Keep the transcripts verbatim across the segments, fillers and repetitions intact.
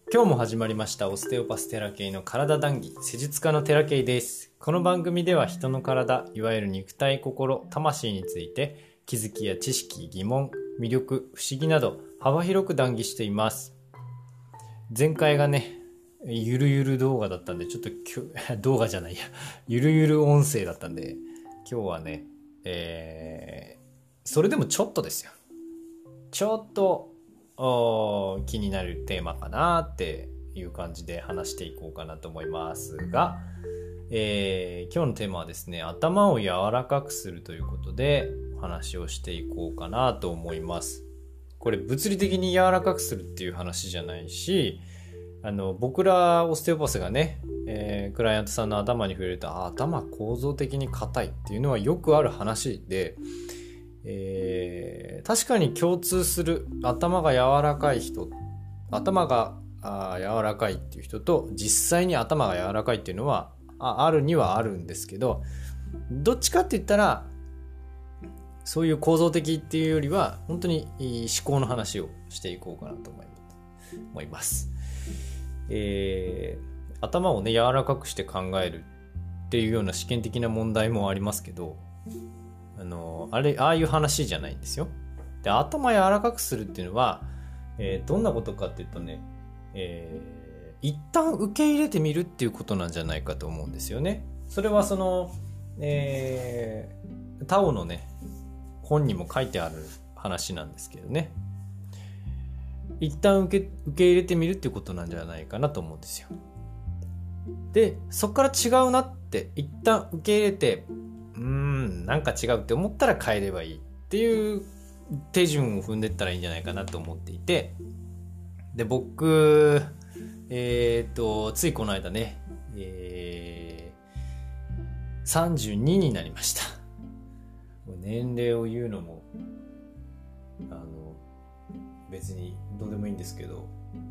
今日も始まりましたオステオパステラケイの体談義、施術家のテラケイです。この番組では人の体、いわゆる肉体、心、魂について気づきや知識、疑問、魅力、不思議など幅広く談義しています。前回がね、ゆるゆる動画だったんで、ちょっと動画じゃないや、ゆるゆる音声だったんで、今日はね、えー、それでもちょっとですよ。ちょっと気になるテーマかなっていう感じで話していこうかなと思いますが、えー、今日のテーマはですね、頭を柔らかくするということでお話をしていこうかなと思います。これ物理的に柔らかくするっていう話じゃないし、あの僕らオステオパスがね、えー、クライアントさんの頭に触れると、あ、頭構造的に硬いっていうのはよくある話で、えー、確かに共通する頭が柔らかい人、頭があ柔らかいっていう人と実際に頭が柔らかいっていうのは あ, あるにはあるんですけど、どっちかって言ったらそういう構造的っていうよりは本当に思考の話をしていこうかなと思います。えー、頭をね柔らかくして考えるっていうような試験的な問題もありますけど、あのあれああいう話じゃないんですよ。で、頭柔らかくするっていうのは、えー、どんなことかっていうとね、えー、一旦受け入れてみるっていうことなんじゃないかと思うんですよね。それはその、えー、タオのね本にも書いてある話なんですけどね、一旦受け、受け入れてみるっていうことなんじゃないかなと思うんですよ。で、そこから違うなって一旦受け入れて、うーんなんか違うって思ったら変えればいいっていう手順を踏んでったらいいんじゃないかなと思っていて、で僕えっ、ー、とついこの間ね、えー、さんじゅうにになりました。年齢を言うのもあの別にどうでもいいんですけど、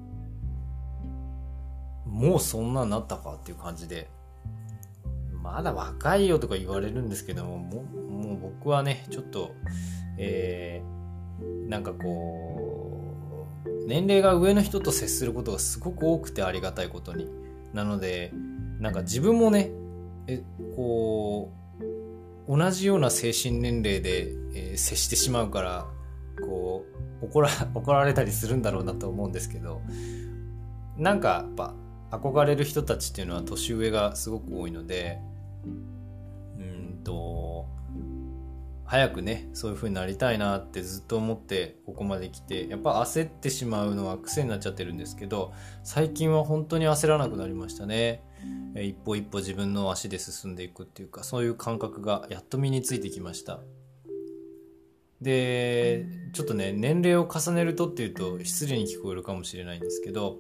もうそんなになったかっていう感じで、まだ若いよとか言われるんですけども、もう、もう僕はねちょっと、えー、なんかこう年齢が上の人と接することがすごく多くて、ありがたいことに。なのでなんか自分もねえこう同じような精神年齢で、えー、接してしまうから、こう怒ら怒られたりするんだろうなと思うんですけど、なんかやっぱ憧れる人たちっていうのは年上がすごく多いので、うんと早くねそういう風になりたいなってずっと思ってここまで来て、やっぱ焦ってしまうのは癖になっちゃってるんですけど、最近は本当に焦らなくなりましたね。一歩一歩自分の足で進んでいくっていうか、そういう感覚がやっと身についてきました。でちょっとね年齢を重ねるとっていうと失礼に聞こえるかもしれないんですけど、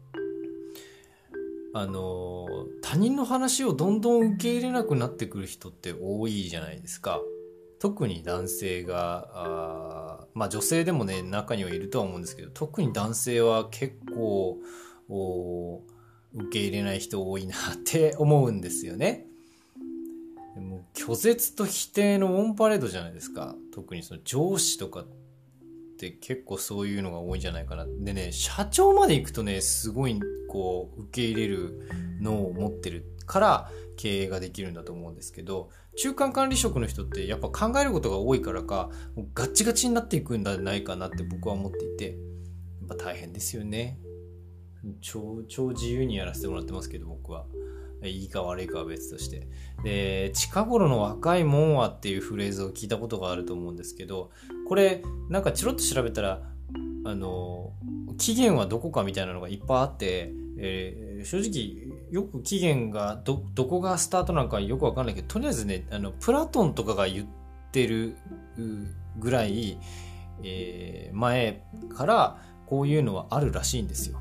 あの他人の話をどんどん受け入れなくなってくる人って多いじゃないですか。特に男性が、あまあ女性でもね中にはいるとは思うんですけど、特に男性は結構受け入れない人多いなって思うんですよね。もう拒絶と否定のオンパレードじゃないですか。特にその上司とかって結構そういうのが多いんじゃないかな。でね、社長まで行くとねすごいこう受け入れるのを持ってるから経営ができるんだと思うんですけど、中間管理職の人ってやっぱ考えることが多いからか、もうガッチガチになっていくんじゃないかなって僕は思っていて、やっぱ大変ですよね。超超自由にやらせてもらってますけど、僕はいいか悪いかは別として。で、近頃の若いもんはっていうフレーズを聞いたことがあると思うんですけど、これなんかチロッと調べたら、あの期限はどこかみたいなのがいっぱいあって、えー、正直よく期限が ど, どこがスタートなのかよくわかんないけど、とりあえずねあのプラトンとかが言ってるぐらい、えー、前からこういうのはあるらしいんですよ。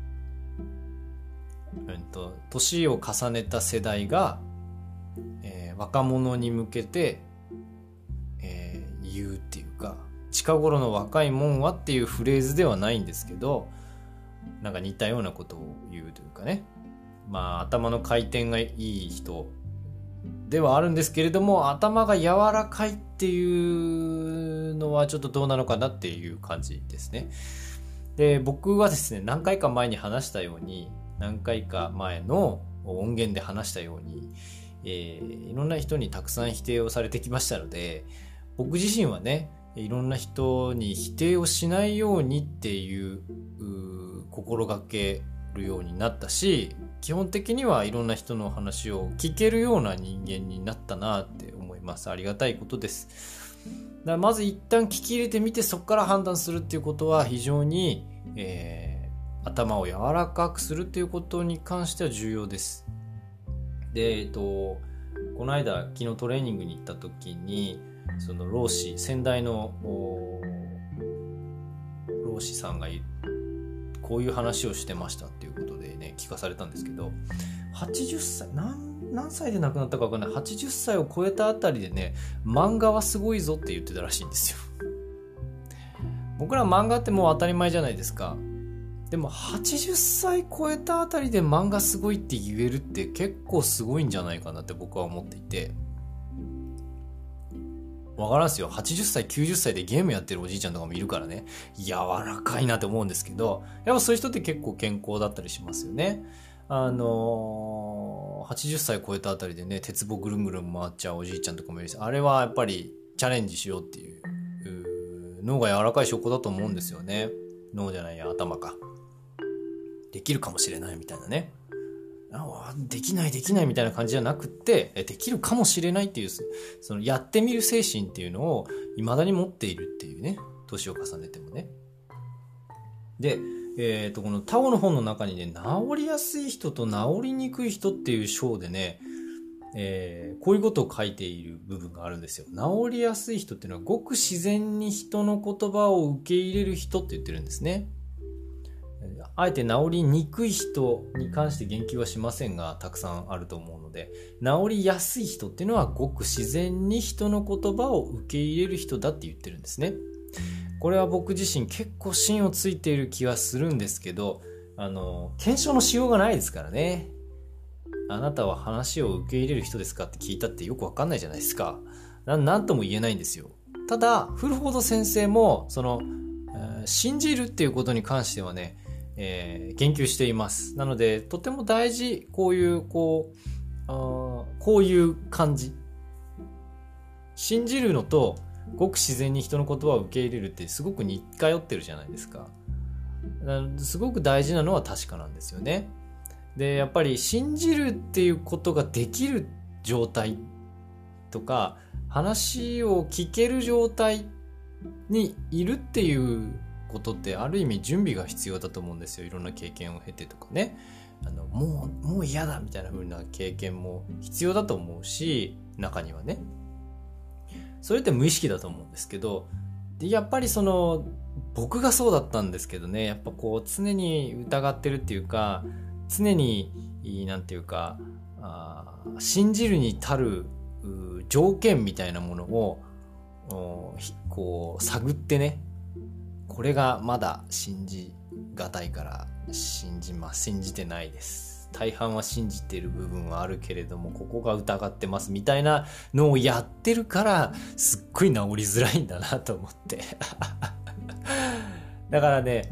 うんと、年を重ねた世代が、えー、若者に向けて、えー、言うっていうか、近頃の若いもんはっていうフレーズではないんですけど、なんか似たようなことを言うというかね、まあ頭の回転がいい人ではあるんですけれども、頭が柔らかいっていうのはちょっとどうなのかなっていう感じですね。 で、僕はですね、何回か前に話したように、何回か前の音源で話したように、えー、いろんな人にたくさん否定をされてきましたので、僕自身はね、いろんな人に否定をしないようにっていう、う心がけるようになったし、基本的にはいろんな人の話を聞けるような人間になったなって思います。ありがたいことです。だからまず一旦聞き入れてみて、そこから判断するっていうことは非常に、えー、頭を柔らかくするっていうことに関しては重要です。で、えっと、この間昨日トレーニングに行った時に、その老師、先代の老師さんがこういう話をしてましたっていうことでね、聞かされたんですけど、はちじゅっさい、何、何歳で亡くなったか分かんない、はちじゅっさいを超えたあたりでね、漫画はすごいぞって言ってたらしいんですよ。僕ら漫画ってもう当たり前じゃないですか。でもはちじゅっさい超えたあたりで漫画すごいって言えるって結構すごいんじゃないかなって僕は思っていて、わからんすよ。はちじゅっさい、きゅうじゅっさいでゲームやってるおじいちゃんとかもいるからね、柔らかいなって思うんですけど、やっぱそういう人って結構健康だったりしますよね。あのー、はちじゅっさい超えたあたりでね、鉄棒ぐるんぐるん回っちゃうおじいちゃんとかもいるし、あれはやっぱりチャレンジしようっていう、うー脳が柔らかい証拠だと思うんですよね。脳じゃないや、頭か。できるかもしれないみたいなね。できないできないみたいな感じじゃなくって、できるかもしれないっていう、そのやってみる精神っていうのを未だに持っているっていうね、年を重ねてもね。で、えーと、このタオの本の中にね、治りやすい人と治りにくい人っていう章でね、えー、こういうことを書いている部分があるんですよ。治りやすい人っていうのはごく自然に人の言葉を受け入れる人って言ってるんですね。あえて治りにくい人に関して言及はしませんが、たくさんあると思うので、治りやすい人っていうのはごく自然に人の言葉を受け入れる人だって言ってるんですね。これは僕自身結構芯をついている気はするんですけど、あの検証のしようがないですからね。あなたは話を受け入れる人ですかって聞いたってよくわかんないじゃないですか。な、なんとも言えないんですよ。ただ古本先生もその、えー、信じるっていうことに関してはね、えー、言及しています。なのでとても大事、こういうこうあこういう感じ、信じるのとごく自然に人の言葉を受け入れるってすごく似通ってるじゃないですか。すごく大事なのは確かなんですよね。で、やっぱり信じるっていうことができる状態とか、話を聞ける状態にいるっていうことってある意味準備が必要だと思うんですよ。いろんな経験を経てとかね、あのもうもう嫌だみたいな風な経験も必要だと思うし、中にはね、それって無意識だと思うんですけど、でやっぱりその僕がそうだったんですけどね、やっぱこう常に疑ってるっていうか、常になんていうか、あ信じるに足る条件みたいなものをこう探ってね、これがまだ信じがたいから信じます、信じてないです、大半は信じてる部分はあるけれどもここが疑ってますみたいなのをやってるからすっごい治りづらいんだなと思ってだからね、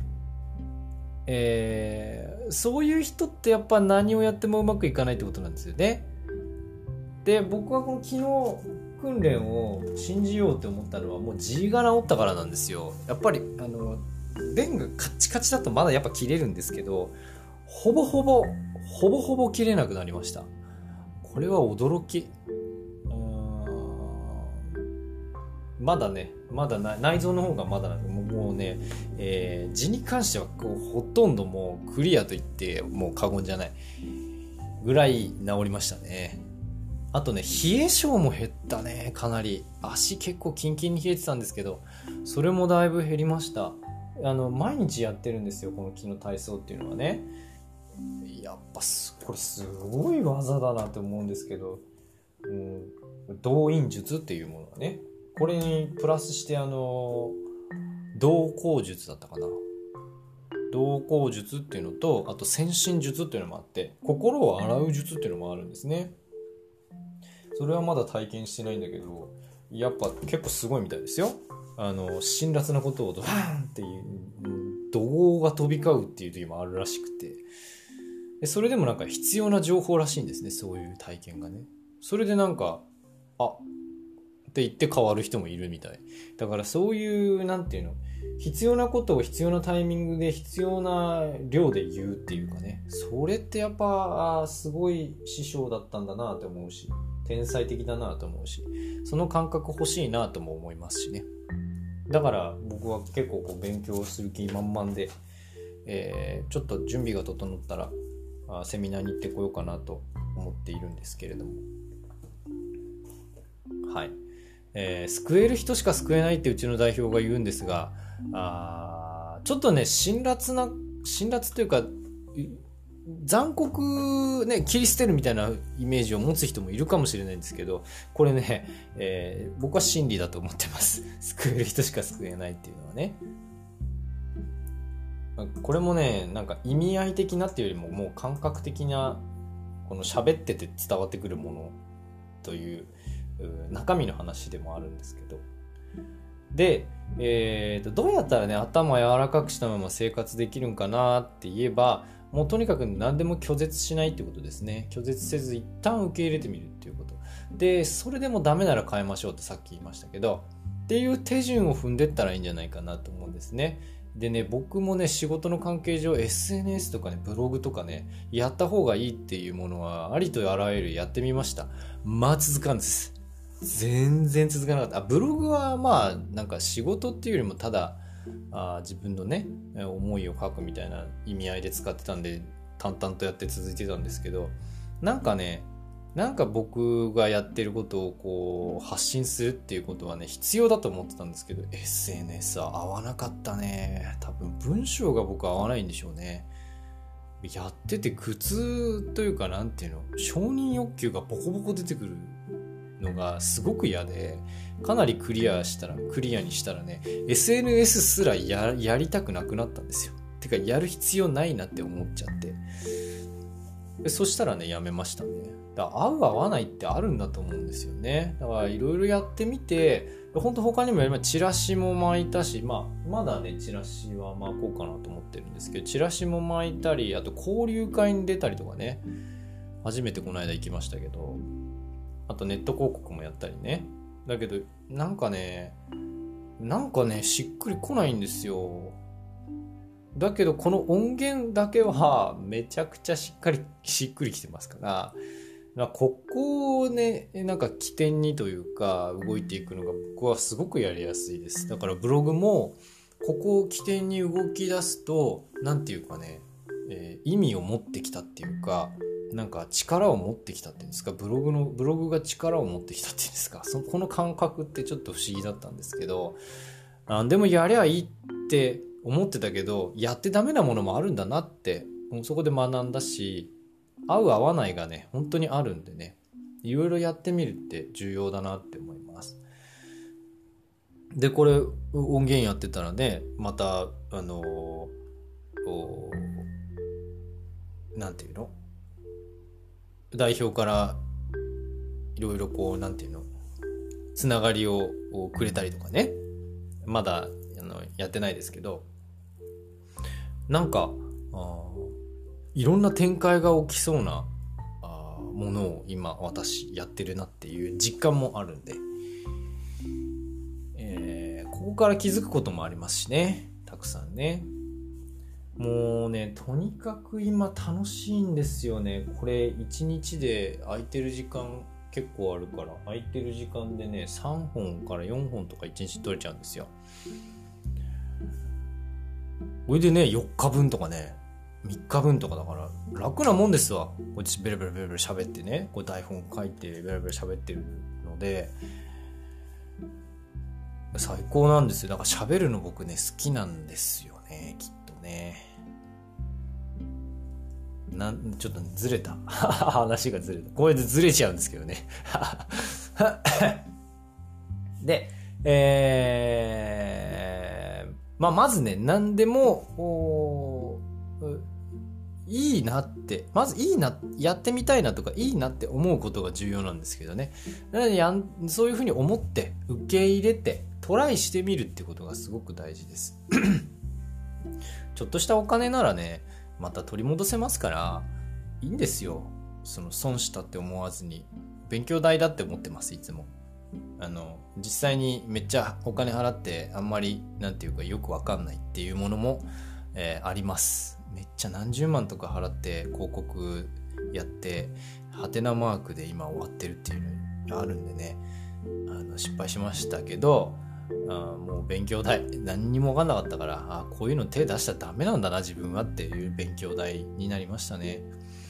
えー、そういう人ってやっぱ何をやってもうまくいかないってことなんですよね。で、僕はこの昨日訓練を信じようって思ったのはもう G が治ったからなんですよ。やっぱりあの弁がカッチカチだとまだやっぱ切れるんですけど、ほぼほぼほぼほぼ切れなくなりました。これは驚き。うーん、まだね、まだな内臓の方がまだもうね、えー、痔に関してはこうほとんどもうクリアと言ってもう過言じゃないぐらい治りましたね。あとね、冷え性も減ったね、かなり。足結構キンキンに冷えてたんですけど、それもだいぶ減りました。あの毎日やってるんですよ、この木の体操っていうのはね。やっぱこれすごい技だなって思うんですけど、うん、動員術っていうものがね、これにプラスしてあの動向術だったかな、動向術っていうのと、あと先進術っていうのもあって、心を洗う術っていうのもあるんですね。それはまだ体験してないんだけど、やっぱ結構すごいみたいですよ。あの辛辣なことをドーンっていう怒号が飛び交うっていう時もあるらしくて、でそれでもなんか必要な情報らしいんですね、そういう体験がね。それでなんかあって言って変わる人もいるみたいだから、そういうなんていうの、必要なことを必要なタイミングで必要な量で言うっていうかね、それってやっぱすごい師匠だったんだなと思うし、天才的だなと思うし、その感覚欲しいなとも思いますしね。だから僕は結構こう勉強する気満々で、えー、ちょっと準備が整ったらあセミナーに行ってこようかなと思っているんですけれども、はい、えー、救える人しか救えないってうちの代表が言うんですが、あちょっとね辛辣な辛辣というか残酷ね、切り捨てるみたいなイメージを持つ人もいるかもしれないんですけど、これね、えー、僕は真理だと思ってます。救える人しか救えないっていうのはね。これもね、なんか意味合い的なっていうよりももう感覚的な、この喋ってて伝わってくるものという中身の話でもあるんですけど、で、えーと、どうやったらね頭柔らかくしたまま生活できるんかなって言えば、もうとにかく何でも拒絶しないっていうことですね。拒絶せず一旦受け入れてみるっていうことで、それでもダメなら変えましょうってさっき言いましたけど、っていう手順を踏んでったらいいんじゃないかなと思うんですね。でね、僕もね仕事の関係上 エスエヌエス とかねブログとかねやった方がいいっていうものはありとあらゆるやってみました。まあ続かんです。全然続かなかった。あ、ブログはまあなんか仕事っていうよりもただあ自分のね思いを書くみたいな意味合いで使ってたんで淡々とやって続いてたんですけど、なんかねなんか僕がやってることをこう発信するっていうことはね必要だと思ってたんですけど、 エスエヌエス は合わなかったね。多分文章が僕は合わないんでしょうね。やってて苦痛というか、なんていうの、承認欲求がボコボコ出てくるのがすごく嫌で、かなりクリアしたらクリアにしたらね エスエヌエス すら や, やりたくなくなったんですよ。てかやる必要ないなって思っちゃって、でそしたらねやめましたね。だから合う合わないってあるんだと思うんですよね。だからいろいろやってみて、本当他にもやりまチラシも巻いたし、まあまだねチラシは巻こうかなと思ってるんですけど、チラシも巻いたり、あと交流会に出たりとかね、初めてこの間行きましたけど、あとネット広告もやったりね。だけどなんかねなんかねしっくりこないんですよ。だけどこの音源だけはめちゃくちゃしっかりしっくりきてますから、まあ、ここをねなんか起点にというか動いていくのが僕はすごくやりやすいです。だからブログもここを起点に動き出すと、なんていうかね、えー、意味を持ってきたっていうか、なんか力を持ってきたっていうんですか、ブログのブログが力を持ってきたっていうんですか、そこの感覚ってちょっと不思議だったんですけど、あでもやりゃいいって思ってたけど、やってダメなものもあるんだなってそこで学んだし、合う合わないがね本当にあるんでね、いろいろやってみるって重要だなって思います。でこれ音源やってたらね、またあのなんていうの、代表からいろいろこうなんていうのつながりをくれたりとかね、まだあのやってないですけど、なんかあいろんな展開が起きそうなあものを今私やってるなっていう実感もあるんで、えー、ここから気づくこともありますしね、たくさんね。もうねとにかく今楽しいんですよね。これいちにちで空いてる時間結構あるから、空いてる時間でねさんほんからよんほんとかいちにち取れちゃうんですよ。これでねよっかぶんとかねみっかぶんとかだから楽なもんですわ。こっちベラベラベラベラ喋ってね、こう台本書いてベラベラ喋ってるので最高なんですよ。だから喋るの僕ね好きなんですよね、きっとね。なんちょっとずれた話がずれた、これでずれちゃうんですけどねでえー、まあまずね何でもいいなって、まずいいな、やってみたいなとかいいなって思うことが重要なんですけどね。なのでやんそういうふうに思って受け入れてトライしてみるってことがすごく大事ですちょっとしたお金ならねまた取り戻せますからいいんですよ。その損したって思わずに勉強代だって思ってます。いつもあの実際にめっちゃお金払ってあんまりなんていうかよくわかんないっていうものも、えー、あります。めっちゃ何十万とか払って広告やってハテナマークで今終わってるっていうのがあるんでね、あの失敗しましたけど、あもう勉強代何にも分かんなかったから、あこういうの手出したらダメなんだな自分はっていう勉強代になりましたね。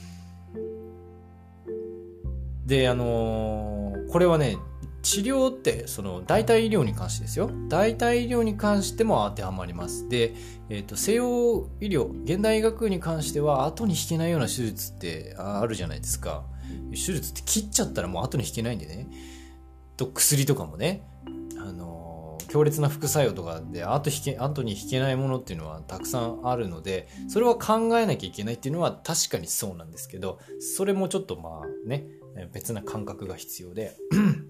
であのー、これはね治療ってその代替医療に関してですよ。代替医療に関しても当てはまります。で、えーと、西洋医療現代医学に関しては後に引けないような手術ってあるじゃないですか。手術って切っちゃったらもう後に引けないんでね。と薬とかもね、あのー、強烈な副作用とかで後引け後に引けないものっていうのはたくさんあるので、それは考えなきゃいけないっていうのは確かにそうなんですけど、それもちょっとまあね別な感覚が必要で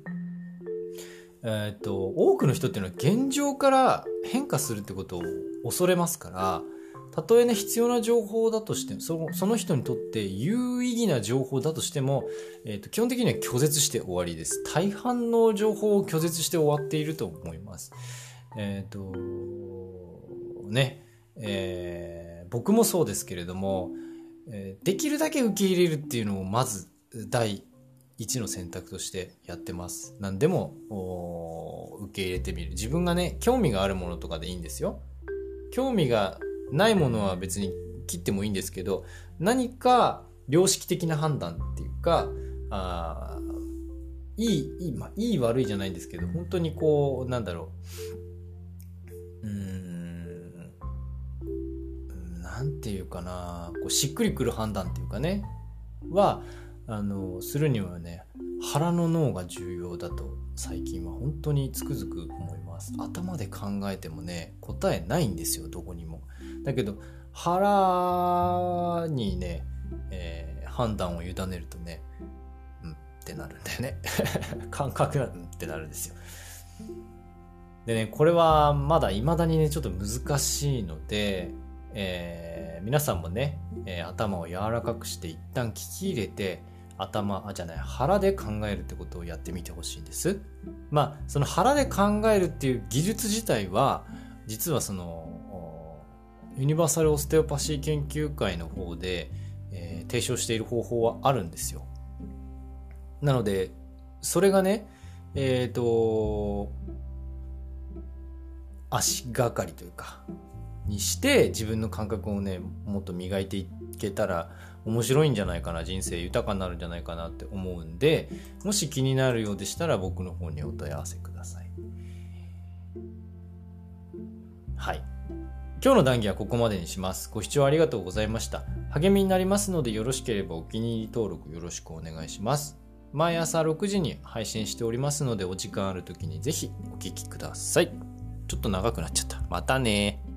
えっと多くの人っていうのは現状から変化するってことを恐れますから、たとえね必要な情報だとしても そ, その人にとって有意義な情報だとしても、えー、と基本的には拒絶して終わりです。大半の情報を拒絶して終わっていると思います。えっ、ー、とね、えー、僕もそうですけれども、えー、できるだけ受け入れるっていうのをまず第一の選択としてやってます。何でも受け入れてみる。自分がね興味があるものとかでいいんですよ。興味がないものは別に切ってもいいんですけど、何か良識的な判断っていうか、あいいいい、まあ、いい悪いじゃないんですけど、本当にこうなんだろう、うーんなんていうかな、こうしっくりくる判断っていうかねはあのするにはね腹の脳が重要だと最近は本当につくづく思います。頭で考えてもね答えないんですよどこにも。だけど腹にね、えー、判断を委ねるとねうんってなるんだよね感覚がうんってなるんですよ。でねこれはまだ未だにねちょっと難しいので、えー、皆さんもね、えー、頭を柔らかくして一旦聞き入れて頭あじゃない腹で考えるってことをやってみてほしいんです。まあその腹で考えるっていう技術自体は実はそのユニバーサルオステオパシー研究会の方で、えー、提唱している方法はあるんですよ。なのでそれがねえっと足がかりというかにして自分の感覚をねもっと磨いていけたら面白いんじゃないかな、人生豊かになるんじゃないかなって思うんで、もし気になるようでしたら僕の方にお問い合わせください。はい、今日の談義はここまでにします。ご視聴ありがとうございました。励みになりますのでよろしければお気に入り登録よろしくお願いします。毎朝ろくじに配信しておりますのでお時間ある時にぜひお聞きください。ちょっと長くなっちゃった。またね。